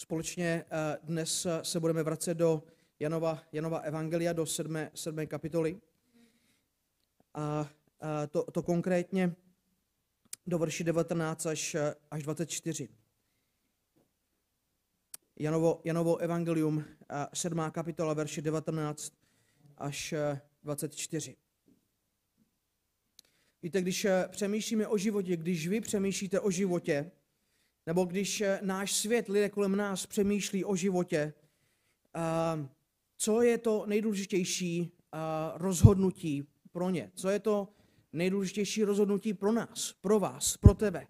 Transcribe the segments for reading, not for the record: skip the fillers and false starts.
Společně dnes se budeme vracet do Janova evangelia, do 7. kapitoly. A to konkrétně do verši 19 až 24. Janovo evangelium, 7. kapitola, verši 19 až 24. Víte, když přemýšlíme o životě, když vy přemýšlíte o životě, nebo když náš svět, lidé kolem nás přemýšlí o životě, co je to nejdůležitější rozhodnutí pro ně? Co je to nejdůležitější rozhodnutí pro nás, pro vás, pro tebe?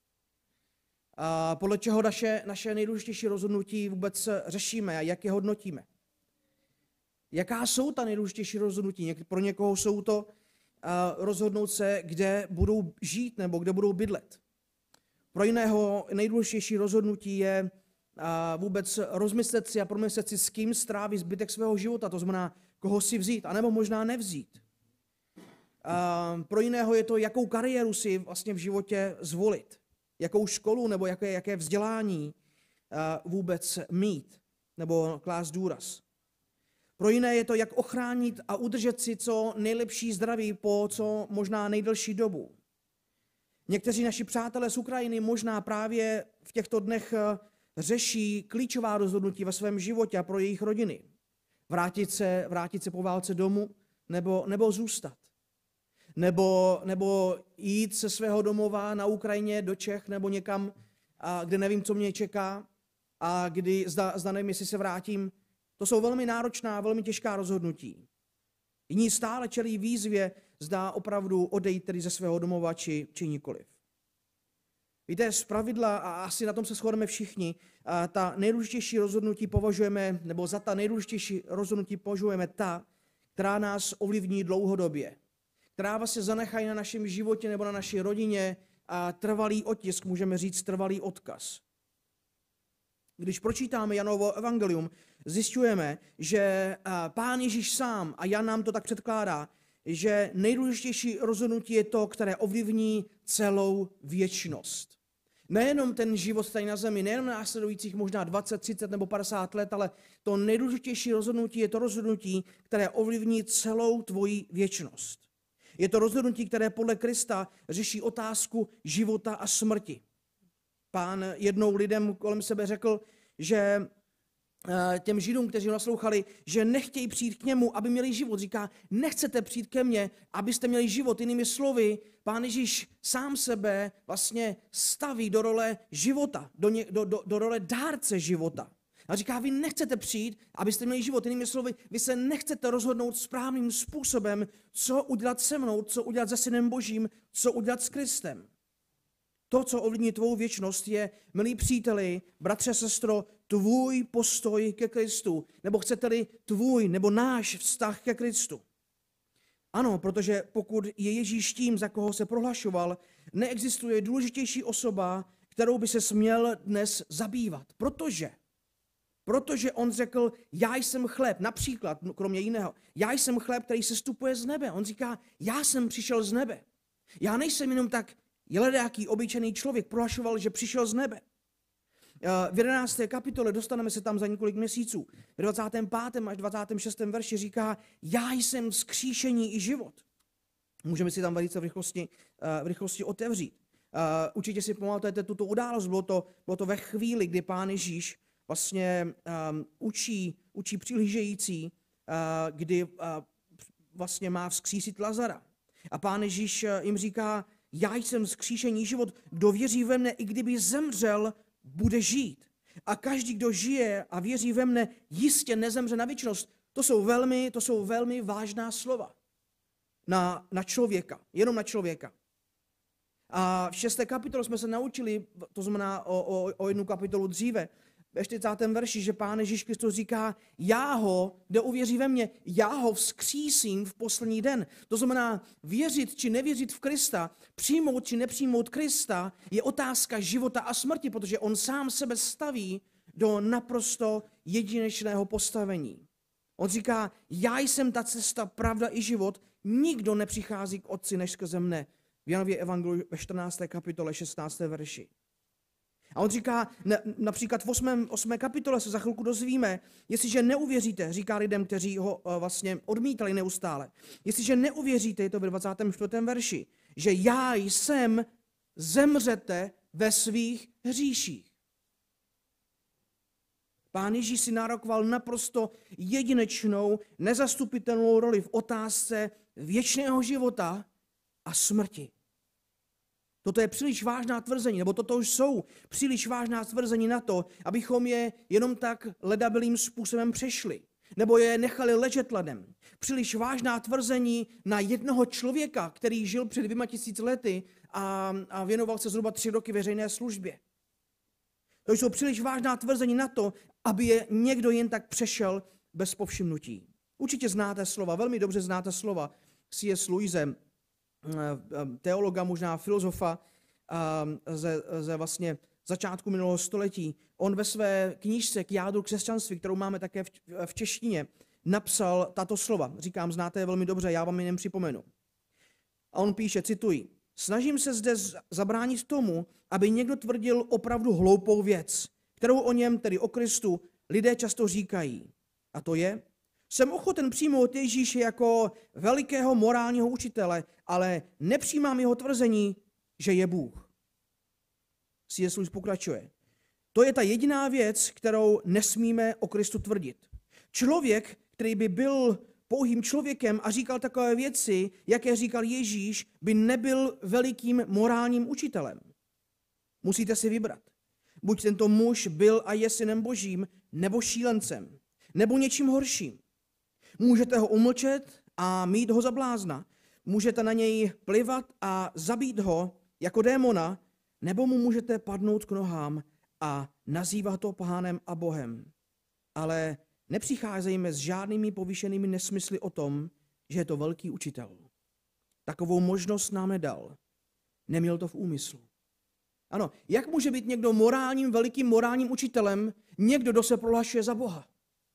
Podle čeho naše nejdůležitější rozhodnutí vůbec řešíme a jak je hodnotíme? Jaká jsou ta nejdůležitější rozhodnutí? Pro někoho jsou to rozhodnout se, kde budou žít nebo kde budou bydlet. Pro jiného nejdůležitější rozhodnutí je vůbec rozmyslet si a promyslet si, s kým stráví zbytek svého života, to znamená, koho si vzít, anebo možná nevzít. Pro jiného je to, jakou kariéru si vlastně v životě zvolit, jakou školu nebo jaké vzdělání vůbec mít, nebo klást důraz. Pro jiné je to, jak ochránit a udržet si co nejlepší zdraví po co možná nejdelší dobu. Někteří naši přátelé z Ukrajiny možná právě v těchto dnech řeší klíčová rozhodnutí ve svém životě a pro jejich rodiny. Vrátit se po válce domů nebo zůstat. Nebo jít ze svého domova na Ukrajině do Čech nebo někam, kde nevím, co mě čeká a zda nevím, jestli se vrátím. To jsou velmi náročná, velmi těžká rozhodnutí. Jiní stále čelí výzvě, zda opravdu odejít tedy ze svého domova, či nikoliv. Víte, zpravidla, a asi na tom se shodneme všichni, ta nejdůležitější rozhodnutí považujeme, nebo za ta nejdůležitější rozhodnutí považujeme ta, která nás ovlivní dlouhodobě, která vlastně zanechají na našem životě nebo na naší rodině trvalý otisk, můžeme říct trvalý odkaz. Když pročítáme Janovo evangelium, zjišťujeme, že Pán Ježíš sám, a Jan nám to tak předkládá, že nejdůležitější rozhodnutí je to, které ovlivní celou věčnost. Nejenom ten život tady na zemi, nejenom následujících možná 20, 30 nebo 50 let, ale to nejdůležitější rozhodnutí je to rozhodnutí, které ovlivní celou tvoji věčnost. Je to rozhodnutí, které podle Krista řeší otázku života a smrti. Pán jednou lidem kolem sebe řekl, že těm Židům, kteří naslouchali, že nechtějí přijít k němu, aby měli život. Říká, nechcete přijít ke mně, abyste měli život. Jinými slovy, Pán Ježíš sám sebe vlastně staví do role života, do role dárce života. A říká, vy nechcete přijít, abyste měli život. Jinými slovy, vy se nechcete rozhodnout správným způsobem, co udělat se mnou, co udělat se Synem Božím, co udělat s Kristem. To, co ovlivní tvou věčnost, je, milí příteli, bratře, sestro, tvůj postoj ke Kristu, nebo chcete-li tvůj nebo náš vztah ke Kristu. Ano, protože pokud je Ježíš tím, za koho se prohlašoval, neexistuje důležitější osoba, kterou by se směl dnes zabývat. Protože on řekl, já jsem chléb, například, kromě jiného, já jsem chléb, který se stupuje z nebe. On říká, já jsem přišel z nebe. Já nejsem jenom tak jeledáký obyčejný člověk, prohlašoval, že přišel z nebe. V 11. kapitole, dostaneme se tam za několik měsíců, v 25. až 26. verši říká, já jsem vzkříšení i život. Můžeme si tam velice v rychlosti otevřít. Určitě si pamatujete tuto událost, bylo to ve chvíli, kdy Pán Ježíš vlastně učí přihlížející, kdy vlastně má vzkřísit Lazara. A Pán Ježíš jim říká, já jsem vzkříšení život, kdo věří ve mne, i kdyby zemřel, bude žít. A každý, kdo žije a věří ve mne, jistě nezemře na věčnost. To jsou velmi vážná slova na člověka, jenom na člověka. A v 6. kapitole jsme se naučili, to znamená o jednu kapitolu dříve, ve 40. verši, že Pán Ježíš Kristus říká, kdo uvěří ve mně, já ho vzkřísím v poslední den. To znamená, věřit či nevěřit v Krista, přijmout či nepřijmout Krista, je otázka života a smrti, protože on sám sebe staví do naprosto jedinečného postavení. On říká, já jsem ta cesta, pravda i život, nikdo nepřichází k Otci než skrze mne. V Janově evangeliu ve 14. kapitole 16. verši. A on říká, například v 8. kapitole se za chvilku dozvíme, jestliže neuvěříte, říká lidem, kteří ho vlastně odmítali neustále, jestliže neuvěříte, je to ve 24. verši, že já jsem, zemřete ve svých hříších. Pán Ježíš si nárokoval naprosto jedinečnou, nezastupitelnou roli v otázce věčného života a smrti. Toto je příliš vážná tvrzení, nebo toto už jsou příliš vážná tvrzení na to, abychom je jenom tak ledabilým způsobem přešli, nebo je nechali ležet ledem. Příliš vážná tvrzení na jednoho člověka, který žil před 2000 lety a věnoval se zhruba 3 roky veřejné službě. To jsou příliš vážná tvrzení na to, aby je někdo jen tak přešel bez povšimnutí. Určitě znáte slova, velmi dobře znáte slova C.S. Lewise, teologa, možná filozofa ze vlastně začátku minulého století. On ve své knížce K jádru křesťanství, kterou máme také v češtině, napsal tato slova. Říkám, znáte je velmi dobře, já vám je jen připomenu. A on píše, cituji, snažím se zde zabránit tomu, aby někdo tvrdil opravdu hloupou věc, kterou o něm, tedy o Kristu, lidé často říkají. A to je, jsem ochoten přijmout Ježíše jako velikého morálního učitele, ale nepřijímám jeho tvrzení, že je Bůh. C.S. Lewis pokračuje. To je ta jediná věc, kterou nesmíme o Kristu tvrdit. Člověk, který by byl pouhým člověkem a říkal takové věci, jaké říkal Ježíš, by nebyl velikým morálním učitelem. Musíte si vybrat. Buď tento muž byl a je synem Božím, nebo šílencem, nebo něčím horším. Můžete ho umlčet a mít ho za blázna. Můžete na něj plivat a zabít ho jako démona, nebo mu můžete padnout k nohám a nazývat ho pánem a Bohem. Ale nepřicházejme s žádnými povýšenými nesmysly o tom, že je to velký učitel. Takovou možnost nám nedal. Neměl to v úmyslu. Ano, jak může být někdo velikým morálním učitelem, někdo, kdo se prohlašuje za Boha?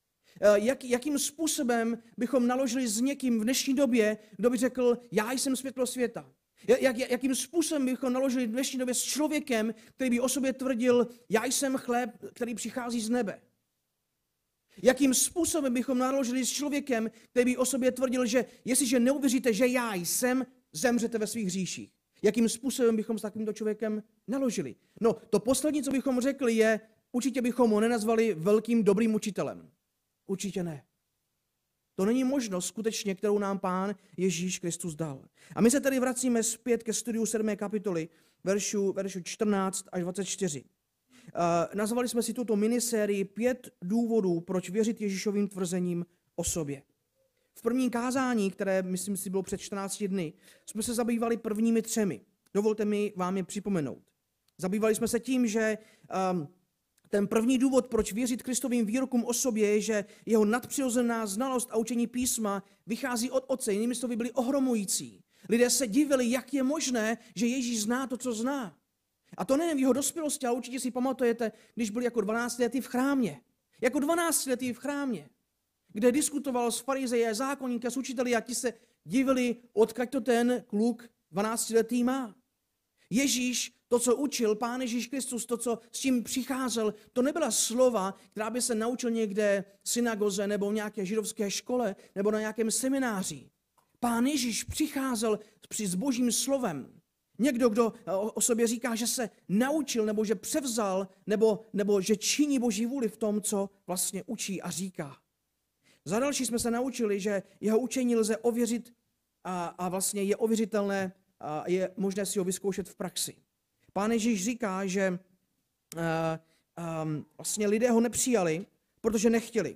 Jakým způsobem bychom naložili s někým v dnešní době, kdo by řekl, já jsem světlo světa? Jakým způsobem bychom naložili v dnešní době s člověkem, který by o sobě tvrdil, já jsem chléb, který přichází z nebe? Jakým způsobem bychom naložili s člověkem, který by o sobě tvrdil, že jestliže neuvěříte, že já jsem, zemřete ve svých hříších? Jakým způsobem bychom s takovýmto člověkem naložili? No, to poslední, co bychom řekli, je, určitě bychom ho nenazvali velkým dobrým učitelem. Určitě ne. To není možnost skutečně, kterou nám Pán Ježíš Kristus dal. A my se tady vracíme zpět ke studiu 7. kapitoly, veršu 14 až 24. Nazvali jsme si tuto minisérii 5 důvodů, proč věřit Ježíšovým tvrzením o sobě. V prvním kázání, které, myslím si, bylo před 14 dny, jsme se zabývali prvními 3. Dovolte mi vám je připomenout. Zabývali jsme se tím, že ten první důvod, proč věřit Kristovým výrokům o sobě, je, že jeho nadpřirozená znalost a učení písma vychází od Otce. Jinými slovy byly ohromující. Lidé se divili, jak je možné, že Ježíš zná to, co zná. A to nejen v jeho dospělosti, ale určitě si pamatujete, když byl jako 12letý v chrámě. Jako 12letý v chrámě, kde diskutoval s farizeji a zákonníky a s učiteli a ti se divili, odkud to ten kluk 12letý má. Ježíš, to, co učil, Pán Ježíš Kristus, to, co s tím přicházel, to nebyla slova, která by se naučil někde v synagoze nebo v nějaké židovské škole nebo na nějakém semináři. Pán Ježíš přicházel s Božím slovem. Někdo, kdo o sobě říká, že se naučil nebo že převzal nebo že činí Boží vůli v tom, co vlastně učí a říká. Za další jsme se naučili, že jeho učení lze ověřit a vlastně je ověřitelné a je možné si ho vyzkoušet v praxi. Pán Ježíš říká, že vlastně lidé ho nepřijali, protože nechtěli.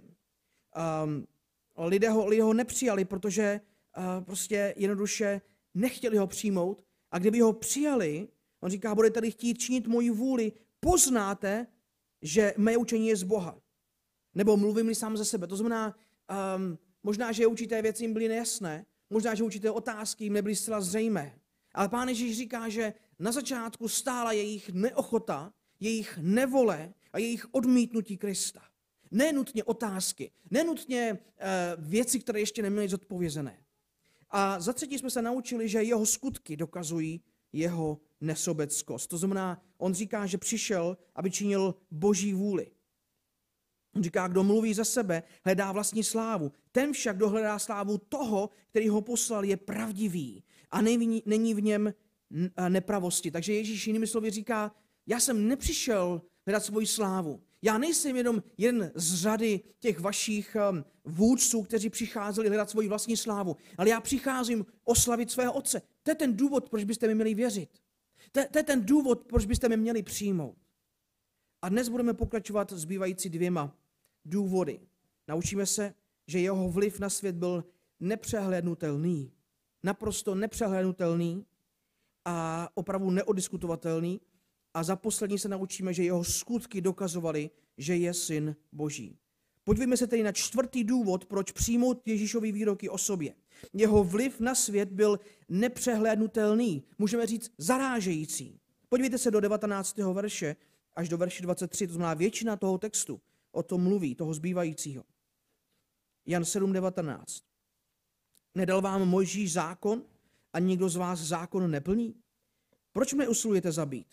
Lidé ho nepřijali, protože prostě jednoduše nechtěli ho přijmout. A kdyby ho přijali, on říká, budete-li chtít činit moji vůli, poznáte, že mé učení je z Boha. Nebo mluvím-li sám ze sebe. To znamená, možná, že určité věci jim byly nejasné, možná, že určité otázky jim nebyly zcela zřejmé. Ale Pán Ježíš říká, že na začátku stála jejich neochota, jejich nevole a jejich odmítnutí Krista. Nenutně otázky, nenutně věci, které ještě neměly zodpovězené. A za třetí jsme se naučili, že jeho skutky dokazují jeho nesobeckost. To znamená, on říká, že přišel, aby činil Boží vůli. On říká, kdo mluví za sebe, hledá vlastní slávu. Ten však, kdo hledá slávu toho, který ho poslal, je pravdivý a není v něm nepravosti. Takže Ježíš jinými slovy říká, já jsem nepřišel hledat svoji slávu. Já nejsem jenom jeden z řady těch vašich vůdců, kteří přicházeli hledat svoji vlastní slávu, ale já přicházím oslavit svého Otce. To je ten důvod, proč byste mi měli věřit. To je ten důvod, proč byste mi měli přijmout. A dnes budeme pokračovat zbývající 2 důvody. Naučíme se, že jeho vliv na svět byl nepřehlédnutelný. Naprosto nepřehlédnutelný a opravdu neodiskutovatelný. A za poslední se naučíme, že jeho skutky dokazovaly, že je syn Boží. Podívejme se tedy na 4. důvod, proč přijmout Ježíšovy výroky o sobě. Jeho vliv na svět byl nepřehlédnutelný, můžeme říct zarážející. Podívejte se do 19. verše až do verše 23, to znamená většina toho textu o tom mluví, toho zbývajícího. Jan 7:19. Nedal vám Mojžíš zákon a nikdo z vás zákon neplní? Proč mne usilujete zabít?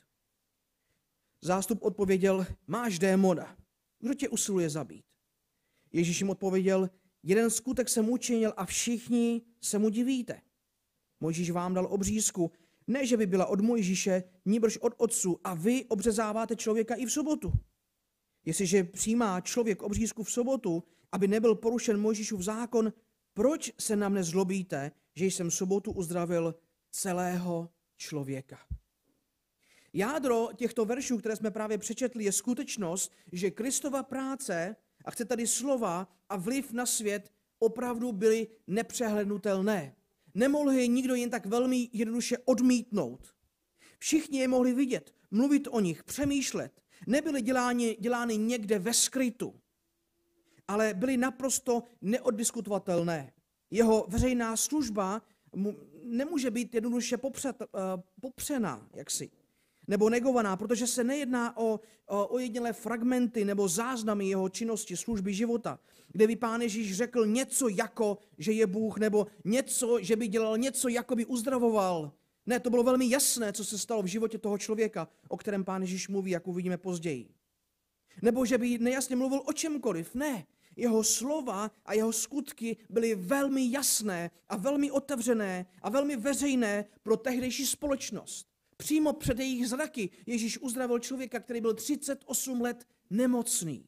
Zástup odpověděl, máš démona. Kdo tě usiluje zabít? Ježíš jim odpověděl, jeden skutek jsem učinil a všichni se mu divíte. Mojžíš vám dal obřízku, ne, že by byla od Mojžíše, nýbrž od otců a vy obřezáváte člověka i v sobotu. Jestliže přijímá člověk obřízku v sobotu, aby nebyl porušen Mojžíšův zákon, proč se na mne zlobíte, že jsem v sobotu uzdravil celého člověka? Jádro těchto veršů, které jsme právě přečetli, je skutečnost, že Kristova práce, a chce tady slova a vliv na svět, opravdu byly nepřehlednutelné. Nemohl je nikdo jen tak velmi jednoduše odmítnout. Všichni je mohli vidět, mluvit o nich, přemýšlet. Nebyly dělány někde ve skrytu, ale byly naprosto neoddiskutovatelné. Jeho veřejná služba nemůže být jednoduše popřená, jaksi, nebo negovaná, protože se nejedná o ojedinělé fragmenty nebo záznamy jeho činnosti, služby, života, kde by Pán Ježíš řekl něco jako, že je Bůh, nebo něco, že by dělal něco, jako by uzdravoval. Ne, to bylo velmi jasné, co se stalo v životě toho člověka, o kterém Pán Ježíš mluví, jak uvidíme později. Nebo že by nejasně mluvil o čemkoliv. Ne, jeho slova a jeho skutky byly velmi jasné a velmi otevřené a velmi veřejné pro tehdejší společnost. Přímo před jejich zraky Ježíš uzdravil člověka, který byl 38 let nemocný.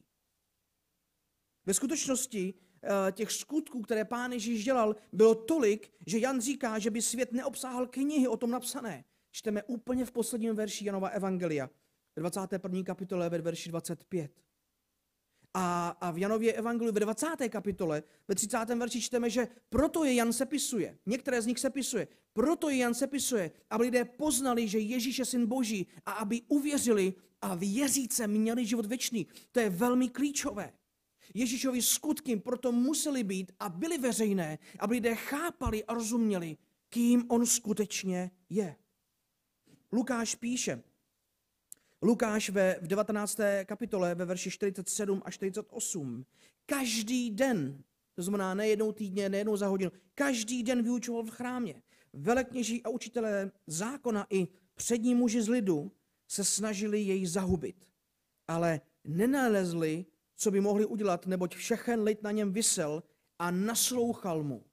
Ve skutečnosti těch skutků, které Pán Ježíš dělal, bylo tolik, že Jan říká, že by svět neobsáhl knihy o tom napsané. Čteme úplně v posledním verši Janova evangelia, ve 21. kapitole, ve verši 25. A v Janově evangeliu ve 20. kapitole, ve 30. verši čteme, že proto je Jan sepisuje. Některé z nich sepisuje. Proto je Jan sepisuje, aby lidé poznali, že Ježíš je syn Boží a aby uvěřili a věříce měli život věčný. To je velmi klíčové. Ježíšovi skutky proto musely být a byly veřejné, aby lidé chápali a rozuměli, kým on skutečně je. Lukáš píše, Lukáš v 19. kapitole ve verši 47 a 48. Každý den, to znamená ne jednou týdně, ne jednou za hodinu, každý den vyučoval v chrámě. Velekněží a učitelé zákona i přední muži z lidu se snažili jej zahubit, ale nenalezli, co by mohli udělat, neboť všechen lid na něm visel a naslouchal mu.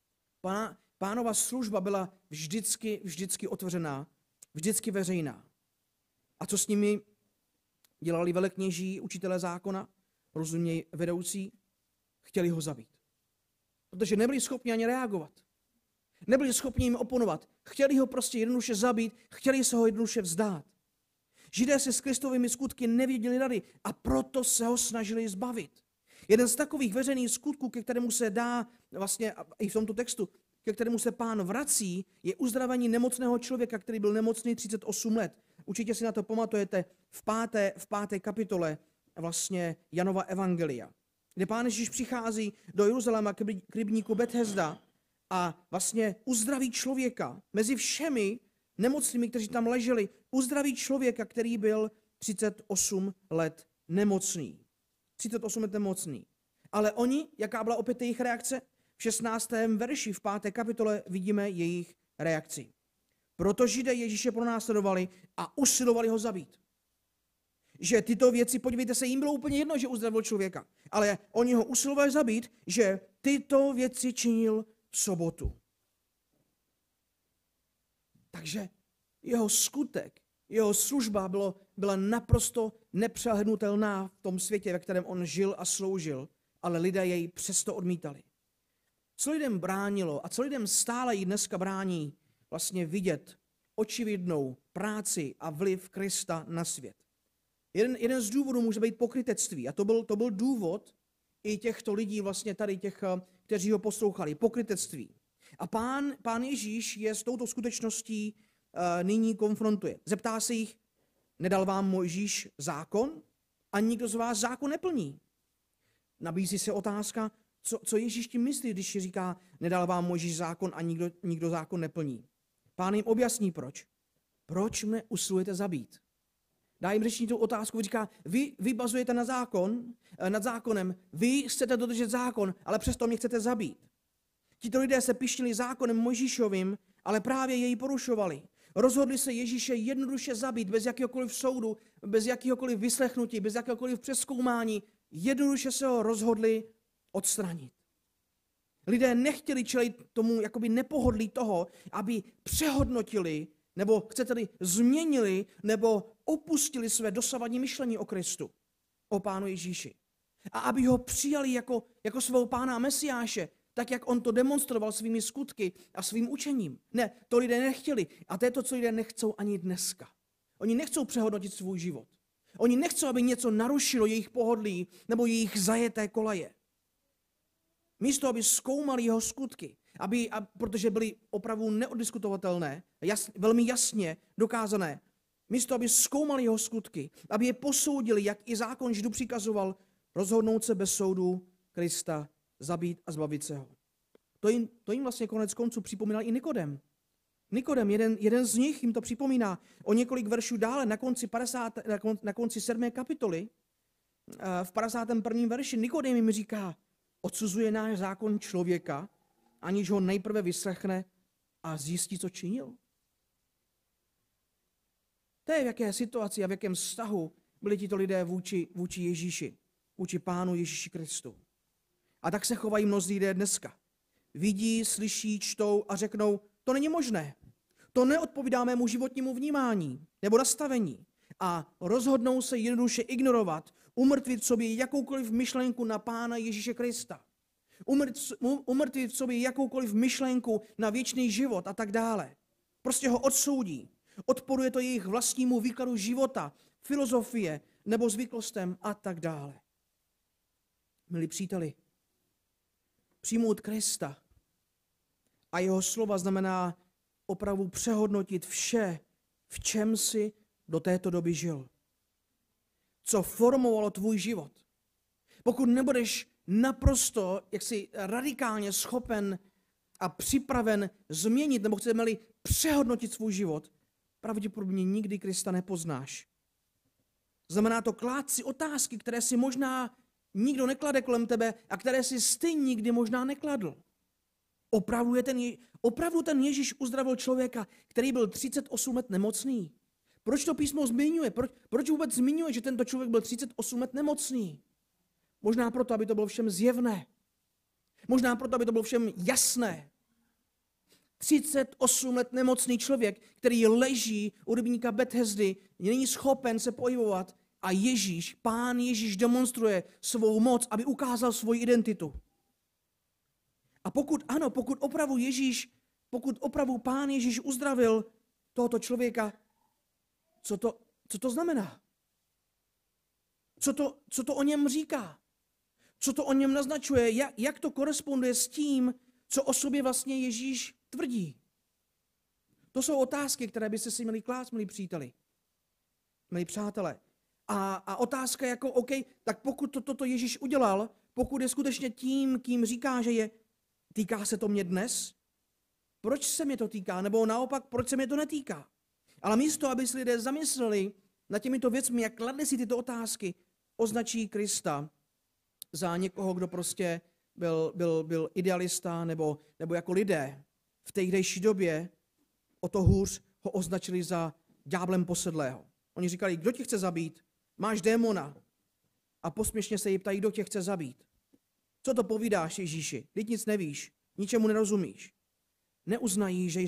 Pánova služba byla vždycky otevřená, vždycky veřejná. A co s nimi dělali velekněží, učitelé zákona, rozuměj vedoucí, chtěli ho zabít. Protože nebyli schopni ani reagovat. Nebyli schopni jim oponovat. Chtěli ho prostě jednoduše zabít, chtěli se ho jednoduše vzdát. Židé se s Kristovými skutky nevěděli rady a proto se ho snažili zbavit. Jeden z takových veřejných skutků, ke kterému se dá, vlastně i v tomto textu, ke kterému se Pán vrací, je uzdravení nemocného člověka, který byl nemocný 38 let. Určitě si na to pamatujete v páté kapitole vlastně Janova evangelia, kde Pán Ježíš přichází do Jeruzaléma k rybníku Bethesda a vlastně uzdraví člověka mezi všemi nemocnými, kteří tam leželi, uzdraví člověka, který byl 38 let nemocný. 38 let nemocný. Ale oni, jaká byla opět jejich reakce? V 16. verši v 5. kapitole vidíme jejich reakci. Proto Židé Ježíše pronásledovali a usilovali ho zabít. Že tyto věci, podívejte se, jim bylo úplně jedno, že uzdravil člověka, ale oni ho usilovali zabít, že tyto věci činil v sobotu. Takže jeho skutek, jeho služba byla naprosto nepřehlednutelná v tom světě, ve kterém on žil a sloužil, ale lidé jej přesto odmítali. Co lidem bránilo a co lidem stále i dneska brání vlastně vidět očividnou práci a vliv Krista na svět. Jeden z důvodů může být pokrytectví a to byl důvod i těchto lidí, vlastně tady těch, kteří ho poslouchali, pokrytectví. A pán Ježíš je s touto skutečností nyní konfrontuje. Zeptá se jich, nedal vám Mojžíš zákon a nikdo z vás zákon neplní. Nabízí se otázka, co Ježíš tím myslí, když říká, nedal vám Mojžíš zákon a nikdo zákon neplní. Pán jim objasní proč. Proč mne usilujete zabít? Dá jim řečník tu otázku, říká, vy bazujete na nad zákonem, vy chcete dodržet zákon, ale přesto mě chcete zabít. Tito lidé se pyšnili zákonem Mojžíšovým, ale právě jej porušovali. Rozhodli se Ježíše jednoduše zabít, bez jakéhokoliv soudu, bez jakéhokoliv vyslechnutí, bez jakéhokoliv přezkoumání. Jednoduše se ho rozhodli odstranit. Lidé nechtěli čelit tomu jakoby nepohodlí toho, aby přehodnotili, nebo chcete-li změnili, nebo opustili své dosavadní myšlení o Kristu, o Pánu Ježíši. A aby ho přijali jako svého Pána a Mesiáše, tak jak on to demonstroval svými skutky a svým učením. Ne, to lidé nechtěli. A to je to, co lidé nechcou ani dneska. Oni nechcou přehodnotit svůj život. Oni nechcou, aby něco narušilo jejich pohodlí nebo jejich zajeté koleje. Místo, aby zkoumali jeho skutky, protože byly opravdu neoddiskutovatelné, velmi jasně dokázané, místo, aby zkoumali jeho skutky, aby je posoudili, jak i zákon Židů přikazoval, rozhodnout se bez soudu Krista zabít a zbavit se ho. To jim vlastně konec konců připomínal i Nikodem. Nikodem, jeden z nich jim to připomíná o několik veršů dále, na konci 7. kapitoly, v 51. verši, Nikodem jim říká, odsuzuje náš zákon člověka, aniž ho nejprve vyslechne a zjistí, co činil. To je v jaké situaci a v jakém vztahu byli tito lidé vůči Ježíši, vůči Pánu Ježíši Kristu. A tak se chovají mnozí lidé dneska. Vidí, slyší, čtou a řeknou, to není možné. To neodpovídá mému životnímu vnímání nebo nastavení. A rozhodnou se jednoduše ignorovat, umrtvit v sobě jakoukoliv myšlenku na Pána Ježíše Krista. Umrtvit v sobě jakoukoliv myšlenku na věčný život a tak dále. Prostě ho odsoudí. Odporuje to jejich vlastnímu výkladu života, filozofie nebo zvyklostem a tak dále. Milí příteli, přijmout Krista a jeho slova znamená opravdu přehodnotit vše, v čem jsi do této doby žil. Co formovalo tvůj život. Pokud nebudeš naprosto, jaksi radikálně schopen a připraven změnit, nebo chceme-li přehodnotit svůj život, pravděpodobně nikdy Krista nepoznáš. Znamená to klát si otázky, které si možná nikdo neklade kolem tebe a které si stejně nikdy možná nekladl. Opravdu ten Ježíš uzdravil člověka, který byl 38 let nemocný. Proč to písmo zmiňuje? Proč vůbec zmiňuje, že tento člověk byl 38 let nemocný? Možná proto, aby to bylo všem zjevné. Možná proto, aby to bylo všem jasné. 38 let nemocný člověk, který leží u rybníka Bethesdy, není schopen se pohybovat a Pán Ježíš demonstruje svou moc, aby ukázal svoji identitu. A pokud opravdu Pán Ježíš uzdravil tohoto člověka, co to znamená? Co to o něm říká? Co to o něm naznačuje? Jak to koresponduje s tím, co o sobě vlastně Ježíš tvrdí? To jsou otázky, které byste si měli klást, milí příteli, milí přátelé. A otázka jako, OK, tak pokud toto Ježíš udělal, pokud je skutečně tím, kým říká, že je, týká se to mě dnes? Proč se mě to týká? Nebo naopak, proč se mě to netýká? Ale místo, aby si lidé zamysleli nad těmito věcmi, jak kladli si tyto otázky, označí Krista za někoho, kdo prostě byl idealista, nebo jako lidé v tehdejší době o to hůř ho označili za ďáblem posedlého. Oni říkali, kdo tě chce zabít? Máš démona. A posměšně se jí ptají, kdo tě chce zabít. Co to povídáš, Ježíši? Vždyť nic nevíš, ničemu nerozumíš. Neuznají, že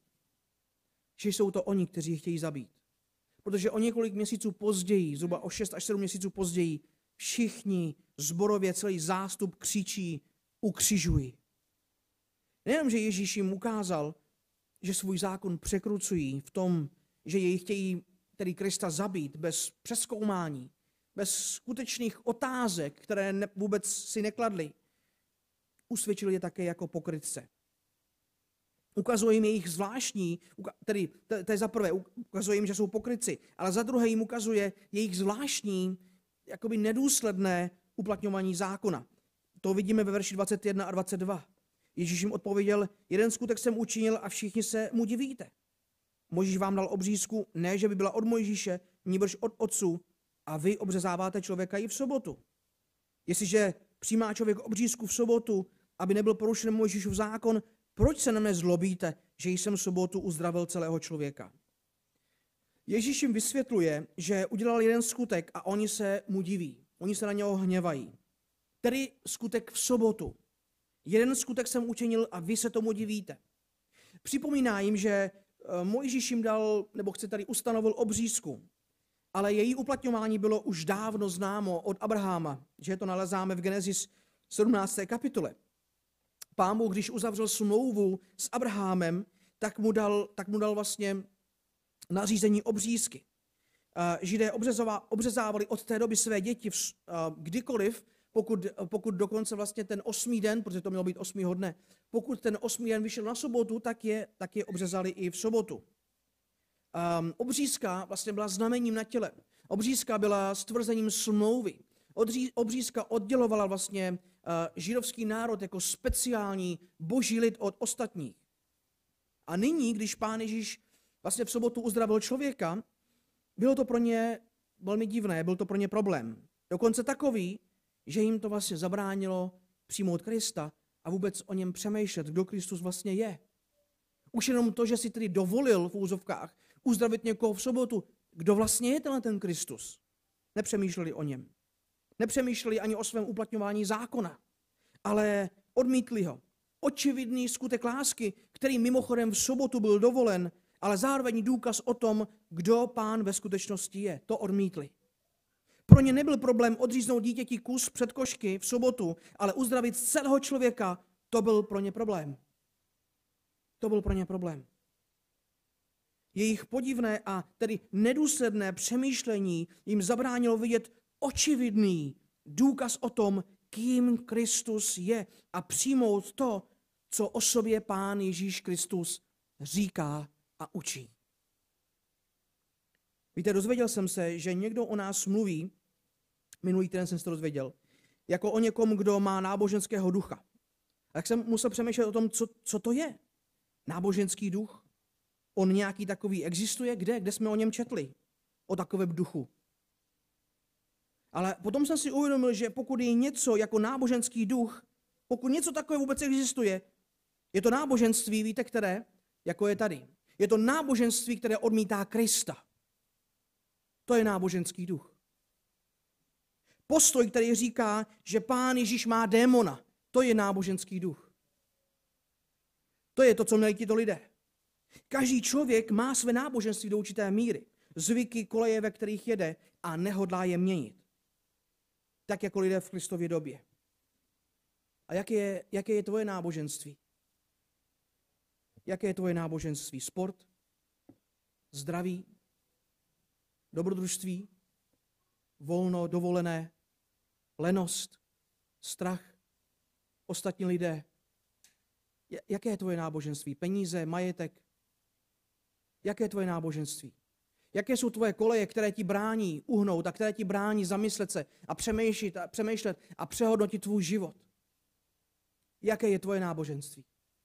jsou to oni, kteří chtějí zabít. Protože o několik měsíců později, zhruba o 6 až 7 měsíců později, všichni zborově, celý zástup křičí, ukřižuj. Nejenom, že Ježíš jim ukázal, že svůj zákon překrucují v tom, že jej chtějí tedy Krista zabít bez přezkoumání, bez skutečných otázek, které vůbec si nekladli. Usvědčili je také jako pokrytce. Ukazuje jim jejich zvláštní, tedy to je za prvé, ukazuje jim, že jsou pokrytci, ale za druhé jim ukazuje jejich zvláštní, jakoby nedůsledné uplatňování zákona. To vidíme ve verši 21 a 22. Ježíš jim odpověděl, jeden skutek jsem učinil a všichni se mu divíte. Mojžíš vám dal obřízku, ne, že by byla od Mojžíše, nýbrž od otců, a vy obřezáváte člověka i v sobotu. Jestliže přijímá člověk obřízku v sobotu, aby nebyl porušen Mojžíšův zákon, proč se na mě zlobíte, že jsem v sobotu uzdravil celého člověka? Ježíš jim vysvětluje, že udělal jeden skutek a oni se mu diví. Oni se na něho hněvají. Tedy skutek v sobotu. Jeden skutek jsem učinil a vy se tomu divíte. Připomíná jim, že Mojžíš jim dal, nebo chce tady ustanovil obřízku, ale její uplatňování bylo už dávno známo od Abraháma, že to nalezáme v Genesis 17. kapitole. Pán Bůh, když uzavřel smlouvu s Abrahamem, tak mu dal vlastně nařízení obřízky. Židé obřezávali od té doby své děti kdykoliv, pokud dokonce vlastně ten 8. den, protože to mělo být 8. dne, pokud ten 8. den vyšel na sobotu, tak je obřezali i v sobotu. Obřízka vlastně byla znamením na těle. Obřízka byla stvrzením smlouvy. Obřízka oddělovala vlastně židovský národ jako speciální boží lid od ostatních. A nyní, když Pán Ježíš vlastně v sobotu uzdravil člověka, bylo to pro ně velmi divné, byl to pro ně problém. Dokonce takový, že jim to vlastně zabránilo přijmout Krista a vůbec o něm přemýšlet, kdo Kristus vlastně je. Už jenom to, že si tedy dovolil v úzovkách uzdravit někoho v sobotu, kdo vlastně je ten Kristus. Nepřemýšleli o něm. Nepřemýšleli ani o svém uplatňování zákona, ale odmítli ho. Očividný skutek lásky, který mimochodem v sobotu byl dovolen, ale zároveň důkaz o tom, kdo Pán ve skutečnosti je. To odmítli. Pro ně nebyl problém odříznout dítěti kus předkošky v sobotu, ale uzdravit celého člověka, to byl pro ně problém. To byl pro ně problém. Jejich podivné a tedy nedůsledné přemýšlení jim zabránilo vidět očividný důkaz o tom, kým Kristus je a přijmout to, co o sobě Pán Ježíš Kristus říká a učí. Víte, dozvěděl jsem se, že někdo o nás mluví, minulý týden jsem se to dozvěděl, jako o někom, kdo má náboženského ducha. Tak jsem musel přemýšlet o tom, co to je. Náboženský duch? On nějaký takový existuje? Kde jsme o něm četli? O takovém duchu. Ale potom jsem si uvědomil, že pokud je něco jako náboženský duch, pokud něco takové vůbec existuje, je to náboženství, víte které? Jako je tady. Je to náboženství, které odmítá Krista. To je náboženský duch. Postoj, který říká, že Pán Ježíš má démona, to je náboženský duch. To je to, co měli tito lidé. Každý člověk má své náboženství do určité míry, zvyky, koleje, ve kterých jede a nehodlá je měnit. Tak jako lidé v Kristově době. A jaké je tvoje náboženství? Jaké je tvoje náboženství? Sport? Zdraví? Dobrodružství? Volno, dovolené? Lenost? Strach? Ostatní lidé? Jaké je tvoje náboženství? Peníze, majetek? Jaké je tvoje náboženství? Jaké jsou tvoje koleje, které ti brání uhnout a které ti brání zamyslet se a přemýšlet a přehodnotit tvůj život? Jaké je tvoje náboženství?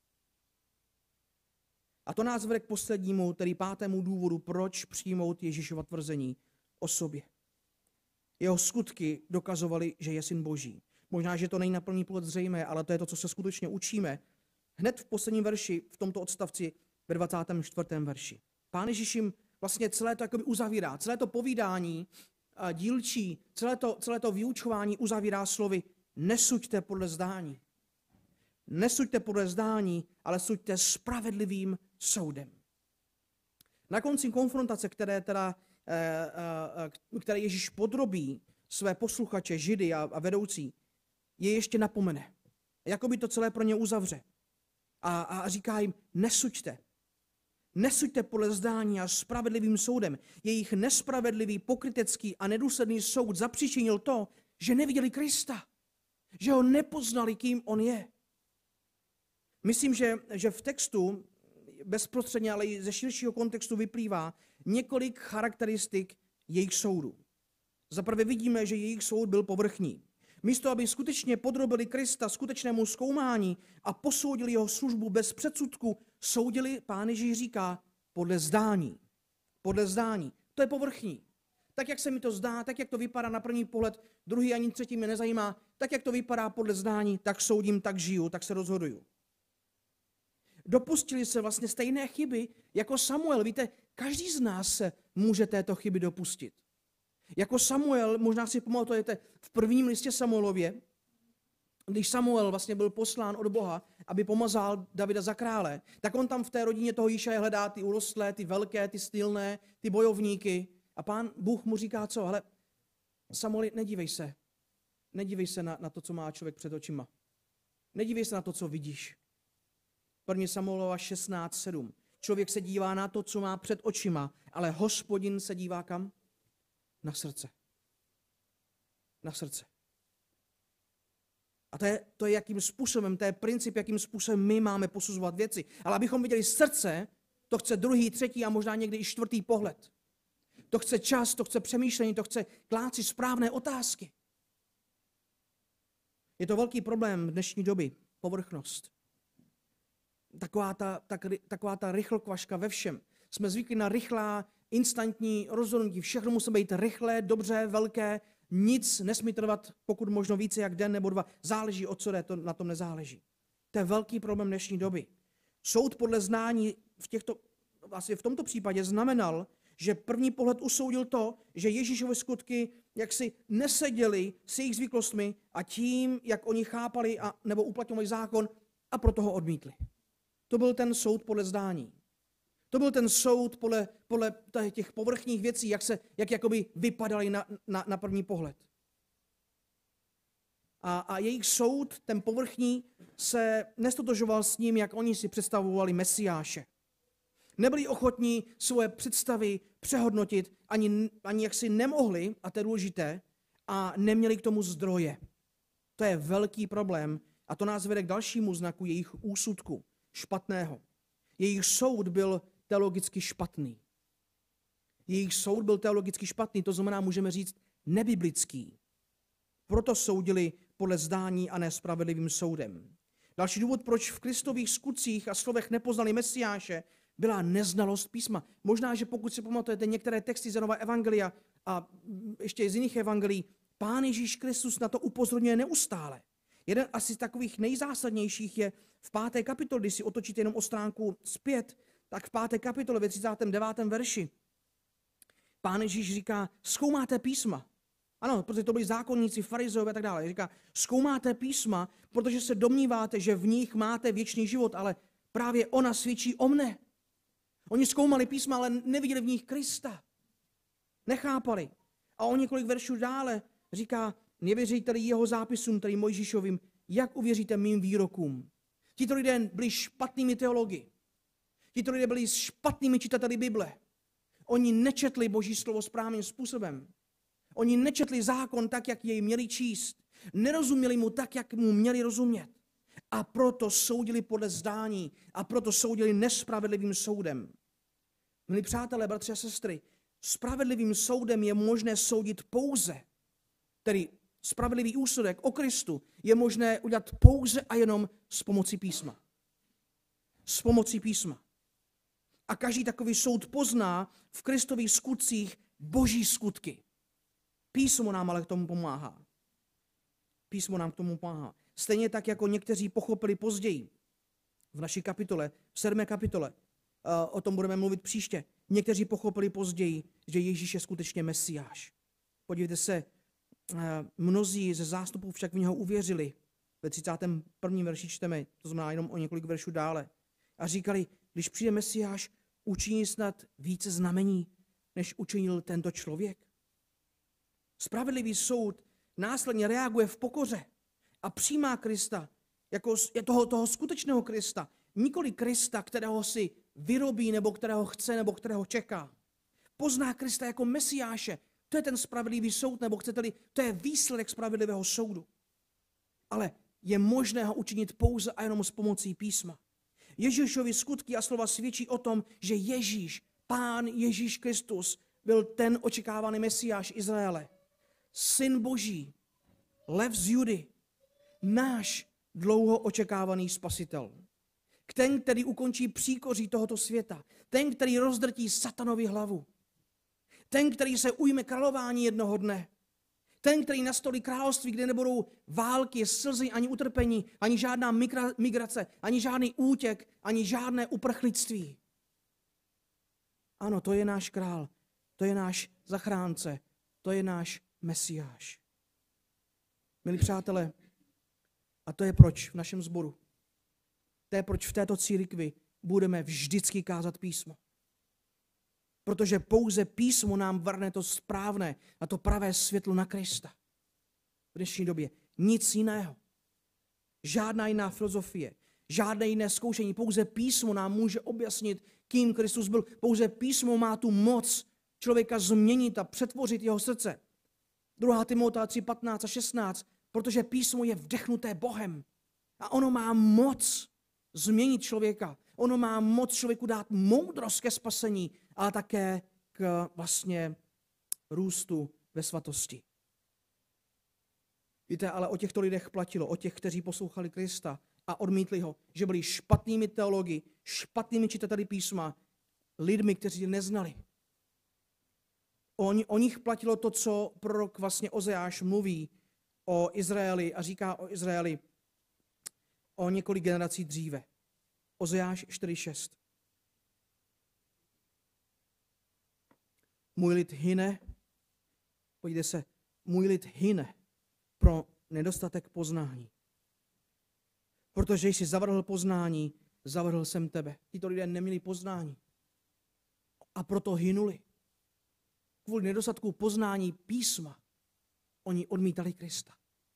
A to nás vede k poslednímu, tedy 5. důvodu, proč přijmout Ježíšova tvrzení o sobě. Jeho skutky dokazovaly, že je syn Boží. Možná, že to není na plný pohled zřejmé, ale to je to, co se skutečně učíme. Hned v posledním verši v tomto odstavci ve 24. verši. Pán Ježíš jim vlastně celé to jakoby uzavírá, celé to povídání dílčí, celé to vyučování uzavírá slovy nesuďte podle zdání. Nesuďte podle zdání, ale suďte spravedlivým soudem. Na konci konfrontace, které Ježíš podrobí své posluchače, židy a vedoucí, je ještě napomene. Jakoby to celé pro ně uzavře. A říká jim, nesuďte. Nesuďte podle zdání a spravedlivým soudem. Jejich nespravedlivý, pokrytecký a nedůsledný soud zapříčinil to, že neviděli Krista. Že ho nepoznali, kým on je. Myslím, že v textu bezprostředně, ale i ze širšího kontextu vyplývá několik charakteristik jejich soudu. Zaprvé vidíme, že jejich soud byl povrchní. Místo, aby skutečně podrobili Krista skutečnému zkoumání a posoudili jeho službu bez předsudku, soudili, Pán Ježíš říká, podle zdání. Podle zdání. To je povrchní. Tak, jak se mi to zdá, tak, jak to vypadá na první pohled, druhý ani třetí mě nezajímá, tak, jak to vypadá podle zdání, tak soudím, tak žiju, tak se rozhoduju. Dopustili se vlastně stejné chyby jako Samuel. Víte, každý z nás se může této chyby dopustit. Jako Samuel, možná si pamatujete, v prvním listě Samuelově, když Samuel vlastně byl poslán od Boha, aby pomazal Davida za krále, tak on tam v té rodině toho Jíšaje hledá ty urostlé, ty velké, ty stylné, ty bojovníky. A Pán Bůh mu říká co? Hele, Samueli, nedívej se na to, co má člověk před očima. Nedívej se na to, co vidíš. 1. Samuelova 16:7. Člověk se dívá na to, co má před očima, ale Hospodin se dívá kam? Na srdce. Na srdce. A to je jakým způsobem, to je princip, jakým způsobem my máme posuzovat věci. Ale abychom viděli srdce, to chce druhý, třetí a možná někdy i čtvrtý pohled. To chce čas, to chce přemýšlení, to chce klát si správné otázky. Je to velký problém v dnešní doby, povrchnost. Taková ta rychlokvaška ve všem. Jsme zvyklí na rychlá, instantní rozhodnutí. Všechno musí být rychlé, dobře, velké. Nic nesmí trvat, pokud možno více jak den nebo dva. Záleží, od co jde, to na tom nezáleží. To je velký problém dnešní doby. Soud podle znání v tomto případě znamenal, že první pohled usoudil to, že Ježíšovy skutky jaksi neseděly s jejich zvyklostmi a tím, jak oni chápali nebo uplatňovali zákon, a proto ho odmítli. To byl ten soud podle zdání. To byl ten soud podle těch povrchních věcí, jak jakoby vypadaly na první pohled. A jejich soud, ten povrchní, se nestotožoval s ním, jak oni si představovali Mesiáše. Nebyli ochotní svoje představy přehodnotit, ani jak si nemohli, a to je důležité, a neměli k tomu zdroje. To je velký problém a to nás vede k dalšímu znaku jejich úsudku, špatného. Jejich soud byl teologicky špatný. Jejich soud byl teologicky špatný, to znamená, můžeme říct, nebiblický. Proto soudili podle zdání a ne spravedlivým soudem. Další důvod, proč v Kristových skutcích a slovech nepoznali Mesiáše, byla neznalost písma. Možná, že pokud si pamatujete některé texty z Nova evangelia a ještě z jiných evangelií, Pán Ježíš Kristus na to upozorňuje neustále. Jeden asi z takových nejzásadnějších je v 5. kapitole, když si otočíte jenom o stránku zpět, tak v 5. kapitole ve 39. verši Pán Ježíš říká, zkoumáte písma. Ano, protože to byli zákonníci, farizeové a tak dále. Říká, zkoumáte písma, protože se domníváte, že v nich máte věčný život, ale právě ona svědčí o mne. Oni zkoumali písma, ale neviděli v nich Krista. Nechápali. A o několik veršů dále říká, nevěříte-li jeho zápisům, tedy Mojžíšovým, jak uvěříte mým výrokům? Tito lidé byli špatnými teologi. Tito lidé byli špatnými čitateli Bible. Oni nečetli Boží slovo správným způsobem. Oni nečetli zákon tak, jak jej měli číst. Nerozuměli mu tak, jak mu měli rozumět. A proto soudili podle zdání. A proto soudili nespravedlivým soudem. Milí přátelé, bratři a sestry, spravedlivým soudem je možné soudit pouze, tedy spravedlivý úsudek o Kristu je možné udělat pouze a jenom s pomocí písma. S pomocí písma. A každý takový soud pozná v Kristových skutcích Boží skutky. Písmo nám ale k tomu pomáhá. Písmo nám k tomu pomáhá. Stejně tak, jako někteří pochopili později v naší kapitole, v 7. kapitole, o tom budeme mluvit příště. Někteří pochopili později, že Ježíš je skutečně Mesiáš. Podívejte se, mnozí ze zástupů však v něho uvěřili. Ve 31. verši čteme, to znamená jenom o několik veršů dále. A říkali, když přijde Mesiáš, učiní snad více znamení, než učinil tento člověk. Spravedlivý soud následně reaguje v pokoře a přijímá Krista jako toho skutečného Krista. Nikoli Krista, kterého si vyrobí, nebo kterého chce, nebo kterého čeká. Pozná Krista jako Mesiáše. To je ten spravedlivý soud, nebo chcete-li, to je výsledek spravedlivého soudu. Ale je možné ho učinit pouze a jenom s pomocí písma. Ježíšovi skutky a slova svědčí o tom, že Ježíš, Pán Ježíš Kristus, byl ten očekávaný Mesiáš Izraele. Syn Boží, lev z Judy, náš dlouho očekávaný spasitel. Ten, který ukončí příkoří tohoto světa. Ten, který rozdrtí satanovi hlavu. Ten, který se ujme králování jednoho dne. Ten, který nastolí království, kde nebudou války, slzy, ani utrpení, ani žádná migrace, ani žádný útěk, ani žádné uprchlictví. Ano, to je náš král, to je náš zachránce, to je náš Mesiáš. Milí přátelé, a to je proč v našem sboru. To je proč v této církvi budeme vždycky kázat písmo. Protože pouze písmo nám vrhne to správné a to pravé světlo na Krista. V dnešní době nic jiného. Žádná jiná filozofie, žádné jiné zkoušení. Pouze písmo nám může objasnit, kým Kristus byl. Pouze písmo má tu moc člověka změnit a přetvořit jeho srdce. 2. Timotea 3, 15 a 16. Protože písmo je vdechnuté Bohem. A ono má moc změnit člověka. Ono má moc člověku dát moudrost ke spasení, ale také k vlastně růstu ve svatosti. Víte, ale o těchto lidech platilo, o těch, kteří poslouchali Krista a odmítli ho, že byli špatnými teology, špatnými čitetateli písma, lidmi, kteří neznali. O nich platilo to, co prorok vlastně Ozeáš mluví o Izraeli a říká o Izraeli o několik generací dříve. Ozeáš 4.6. Můj lid hyne, podívejte se, můj lid hyne pro nedostatek poznání. Protože jsi zavrhl poznání, zavrhl jsem tebe. Tito lidé neměli poznání a proto hynuli. Kvůli nedostatku poznání písma oni odmítali Krista.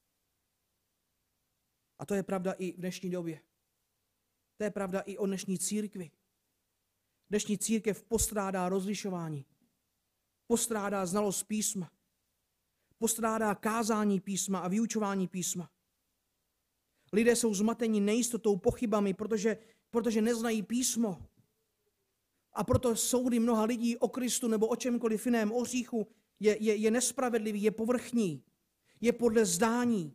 A to je pravda i v dnešní době. To je pravda i o dnešní církvi. Dnešní církev postrádá rozlišování. Postrádá znalost písma. Postrádá kázání písma a vyučování písma. Lidé jsou zmateni nejistotou, pochybami, protože neznají písmo. A proto soudy mnoha lidí o Kristu nebo o čemkoliv jiném, o hříchu, je nespravedlivý, je povrchní, je podle zdání.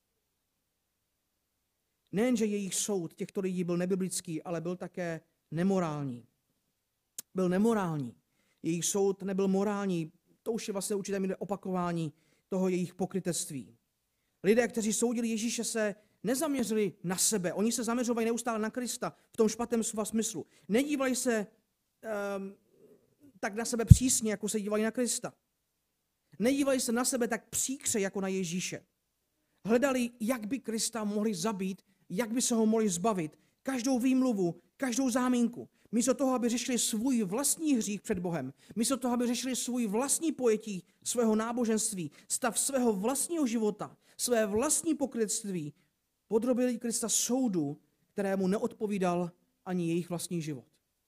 Nejenže jejich soud těchto lidí byl nebiblický, ale byl také nemorální. Byl nemorální. Jejich soud nebyl morální. To už je vlastně určité míře opakování toho jejich pokrytectví. Lidé, kteří soudili Ježíše, se nezaměřili na sebe. Oni se zaměřovali neustále na Krista v tom špatném slova smyslu. Nedívali se tak na sebe přísně, jako se dívali na Krista. Nedívali se na sebe tak příkře, jako na Ježíše. Hledali, jak by Krista mohli zabít, jak by se ho mohli zbavit. Každou výmluvu, každou záminku. Místo toho, aby řešili svůj vlastní hřích před Bohem. Místo toho, aby řešili svůj vlastní pojetí svého náboženství, stav svého vlastního života, své vlastní pokrytectví, podrobili Krista soudu, kterému neodpovídal ani jejich vlastní život.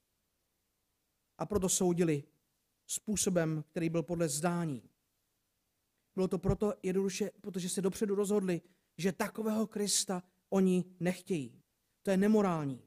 A proto soudili způsobem, který byl podle zdání. Bylo to proto jednoduše, protože se dopředu rozhodli, že takového Krista oni nechtějí. To je nemorální.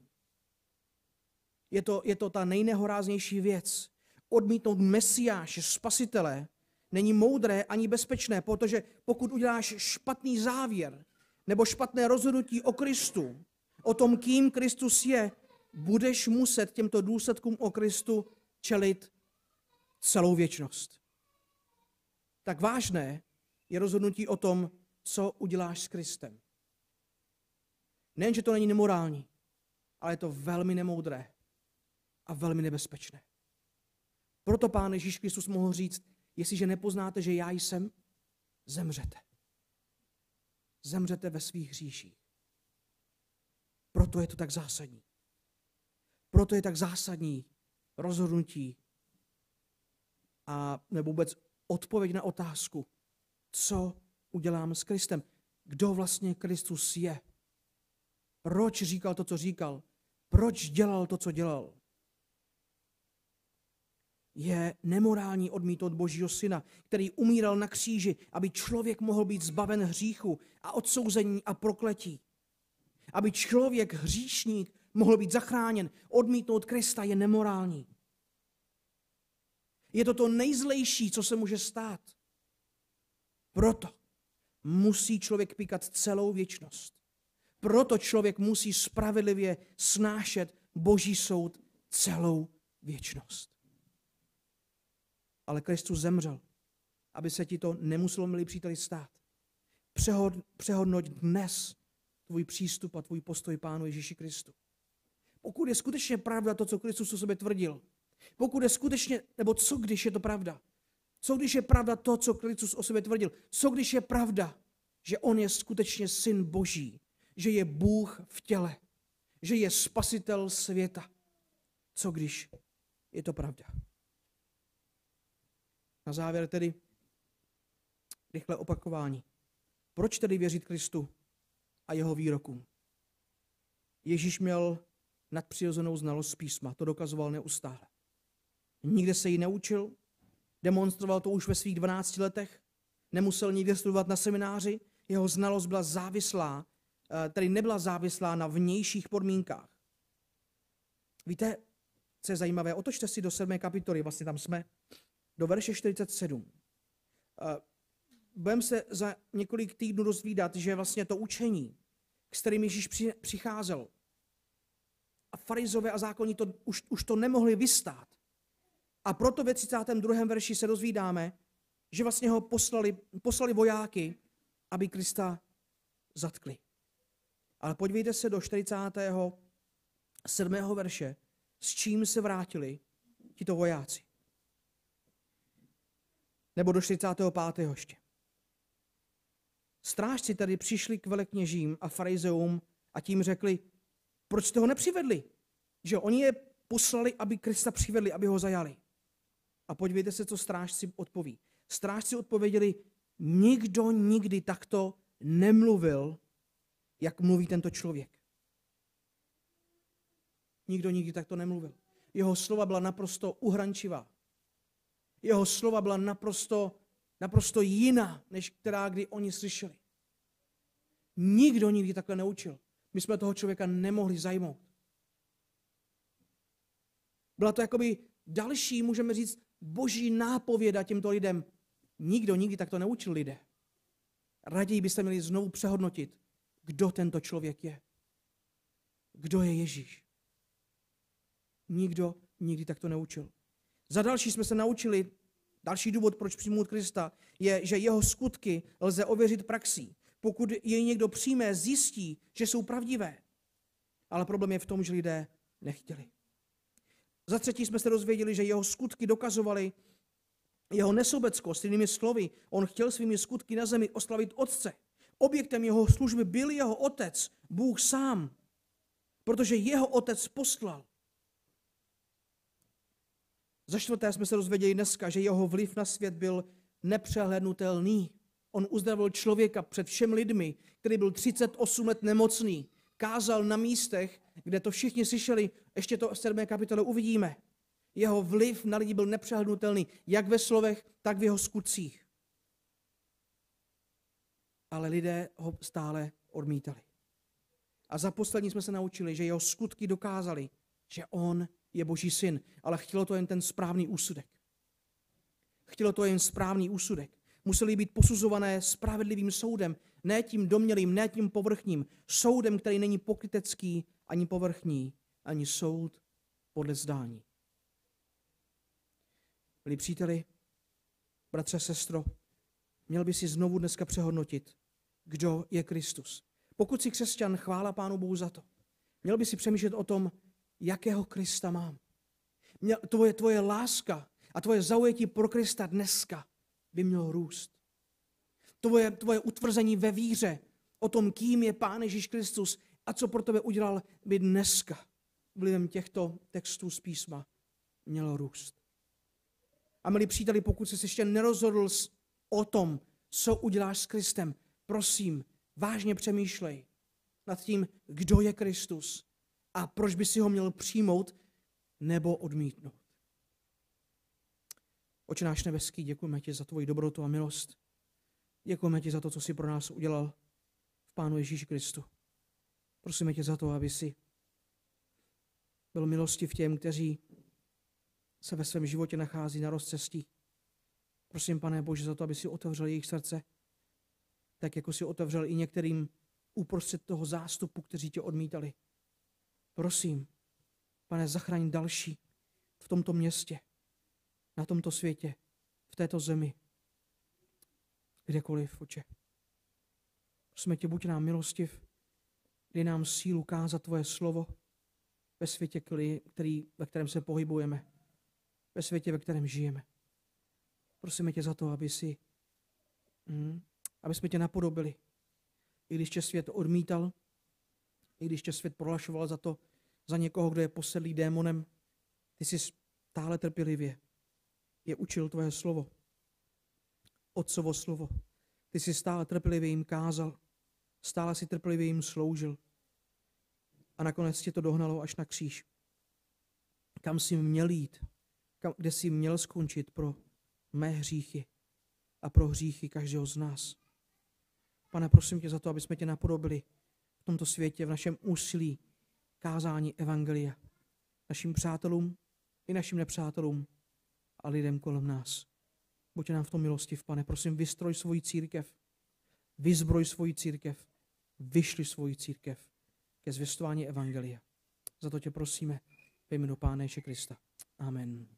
Je to ta nejnehoráznější věc. Odmítnout Mesiáše, spasitele, není moudré ani bezpečné, protože pokud uděláš špatný závěr nebo špatné rozhodnutí o Kristu, o tom, kým Kristus je, budeš muset těmto důsledkům o Kristu čelit celou věčnost. Tak vážné je rozhodnutí o tom, co uděláš s Kristem. Nejen, že to není nemorální, ale je to velmi nemoudré. a velmi nebezpečné. Proto Pán Ježíš Kristus mohl říct, jestliže nepoznáte, že já jsem, zemřete. Zemřete ve svých hříších. Proto je to tak zásadní. Proto je tak zásadní rozhodnutí a nebo vůbec odpověď na otázku, co udělám s Kristem. Kdo vlastně Kristus je? Proč říkal to, co říkal? Proč dělal to, co dělal? Je nemorální odmítnout Božího syna, který umíral na kříži, aby člověk mohl být zbaven hříchu a odsouzení a prokletí. Aby člověk, hříšník, mohl být zachráněn. Odmítnout Krista je nemorální. Je to to nejzlejší, co se může stát. Proto musí člověk píkat celou věčnost. Proto člověk musí spravedlivě snášet Boží soud celou věčnost. Ale Kristus zemřel, aby se ti to nemuselo, milí příteli, stát. Přehodnoť dnes tvůj přístup a tvůj postoj Pánu Ježíši Kristu. Pokud je skutečně pravda to, co Kristus o sobě tvrdil, pokud je skutečně, nebo co když je to pravda? Co když je pravda to, co Kristus o sobě tvrdil? Co když je pravda, že on je skutečně syn Boží, že je Bůh v těle, že je spasitel světa? Co když je to pravda? Na závěr tedy rychlé opakování. Proč tedy věřit Kristu a jeho výrokům? Ježíš měl nadpřirozenou znalost písma, to dokazoval neustále. Nikde se ji neučil, demonstroval to už ve svých 12 letech, nemusel nikde studovat na semináři, jeho znalost byla závislá, tedy nebyla závislá na vnějších podmínkách. Víte, co je zajímavé? Otočte si do 7. kapitoly, vlastně tam jsme, do verše 47. Budeme se za několik týdnů dozvídat, že vlastně to učení, s kterým Ježíš přicházel, a farizové a zákonní to, už to nemohli vystát. A proto ve 32. verši se dozvídáme, že vlastně ho poslali vojáky, aby Krista zatkli. Ale podívejte se do 47. verše, s čím se vrátili tito vojáci. Nebo do 45. ještě. Strážci tedy přišli k velekněžím a farizeům a tím řekli, proč jste ho nepřivedli? Že oni je poslali, aby Krista přivedli, aby ho zajali. A podívejte se, co strážci odpoví. Strážci odpověděli, nikdo nikdy takto nemluvil, jak mluví tento člověk. Nikdo nikdy takto nemluvil. Jeho slova byla naprosto uhrančivá. Jeho slova byla naprosto jiná, než která kdy oni slyšeli. Nikdo nikdy takhle neučil. My jsme toho člověka nemohli zajmout. Byla to jakoby další, můžeme říct, boží nápověda těmto lidem. Nikdo nikdy takto neučil lidé. Raději byste měli znovu přehodnotit, kdo tento člověk je. Kdo je Ježíš. Nikdo nikdy takto neučil. Za další jsme se naučili, další důvod, proč přijmout Krista, je, že jeho skutky lze ověřit praxí. Pokud jej někdo přijme, zjistí, že jsou pravdivé. Ale problém je v tom, že lidé nechtěli. Za třetí jsme se dozvěděli, že jeho skutky dokazovaly jeho nesobeckost. Jinými slovy, on chtěl svými skutky na zemi oslavit Otce. Objektem jeho služby byl jeho Otec, Bůh sám, protože jeho Otec poslal. Za čtvrté jsme se dozvěděli dneska, že jeho vliv na svět byl nepřehlednutelný. On uzdravil člověka před všemi lidmi, který byl 38 let nemocný. Kázal na místech, kde to všichni slyšeli, ještě to v 7. kapitole uvidíme. Jeho vliv na lidi byl nepřehlednutelný, jak ve slovech, tak v jeho skutcích. Ale lidé ho stále odmítali. A za poslední jsme se naučili, že jeho skutky dokázali, že on je Boží syn, ale chtělo to jen ten správný úsudek. Chtělo to jen správný úsudek. Museli být posuzované spravedlivým soudem, ne tím domnělým, ne tím povrchním, soudem, který není pokrytecký, ani povrchní, ani soud podle zdání. Milí příteli, bratře, sestro, měl by si znovu dneska přehodnotit, kdo je Kristus. Pokud jsi křesťan, chvála Pánu Bohu za to. Měl by si přemýšlet o tom, jakého Krista mám. Tvoje láska a tvoje zaujetí pro Krista dneska by mělo růst. Tvoje utvrzení ve víře o tom, kým je Pán Ježíš Kristus a co pro tebe udělal, by dneska vlivem těchto textů z písma mělo růst. A milí příteli, pokud jsi ještě nerozhodl o tom, co uděláš s Kristem, prosím, vážně přemýšlej nad tím, kdo je Kristus a proč by si ho měl přijmout nebo odmítnout. Oče náš nebeský, děkujeme ti za tvoji dobrotu a milost. Děkujeme ti za to, co jsi pro nás udělal v Pánu Ježíši Kristu. Prosíme tě za to, aby si byl milostiv těm, kteří se ve svém životě nachází na rozcestí. Prosím, Pane Bože, za to, aby si otevřel jejich srdce, tak jako si otevřel i některým uprostřed toho zástupu, kteří tě odmítali. Prosím, Pane, zachraň další v tomto městě, na tomto světě, v této zemi, kdekoliv, Oče. Prosíme tě, buď nám milostiv, dej nám sílu kázat tvoje slovo ve světě, ve kterém se pohybujeme, ve světě, ve kterém žijeme. Prosíme tě za to, aby jsme tě napodobili. I když tě svět odmítal, i když tě svět prohlašoval za někoho, kdo je posedlý démonem, ty jsi stále trpělivě je učil tvoje slovo, Otcovo slovo. Ty jsi stále trpělivě jim kázal, stále si trpělivě jim sloužil. A nakonec tě to dohnalo až na kříž. Kam jsi měl jít, kde jsi měl skončit pro mé hříchy a pro hříchy každého z nás. Pane, prosím tě za to, aby jsme tě napodobili v tomto světě, v našem úsilí kázání evangelia. Našim přátelům i našim nepřátelům a lidem kolem nás. Buď nám v tom milostiv, Pane. Prosím, vystroj svoji církev, vyzbroj svoji církev, vyšli svoji církev ke zvěstování evangelia. Za to tě prosíme ve jménu Pána Ježíše Krista. Amen.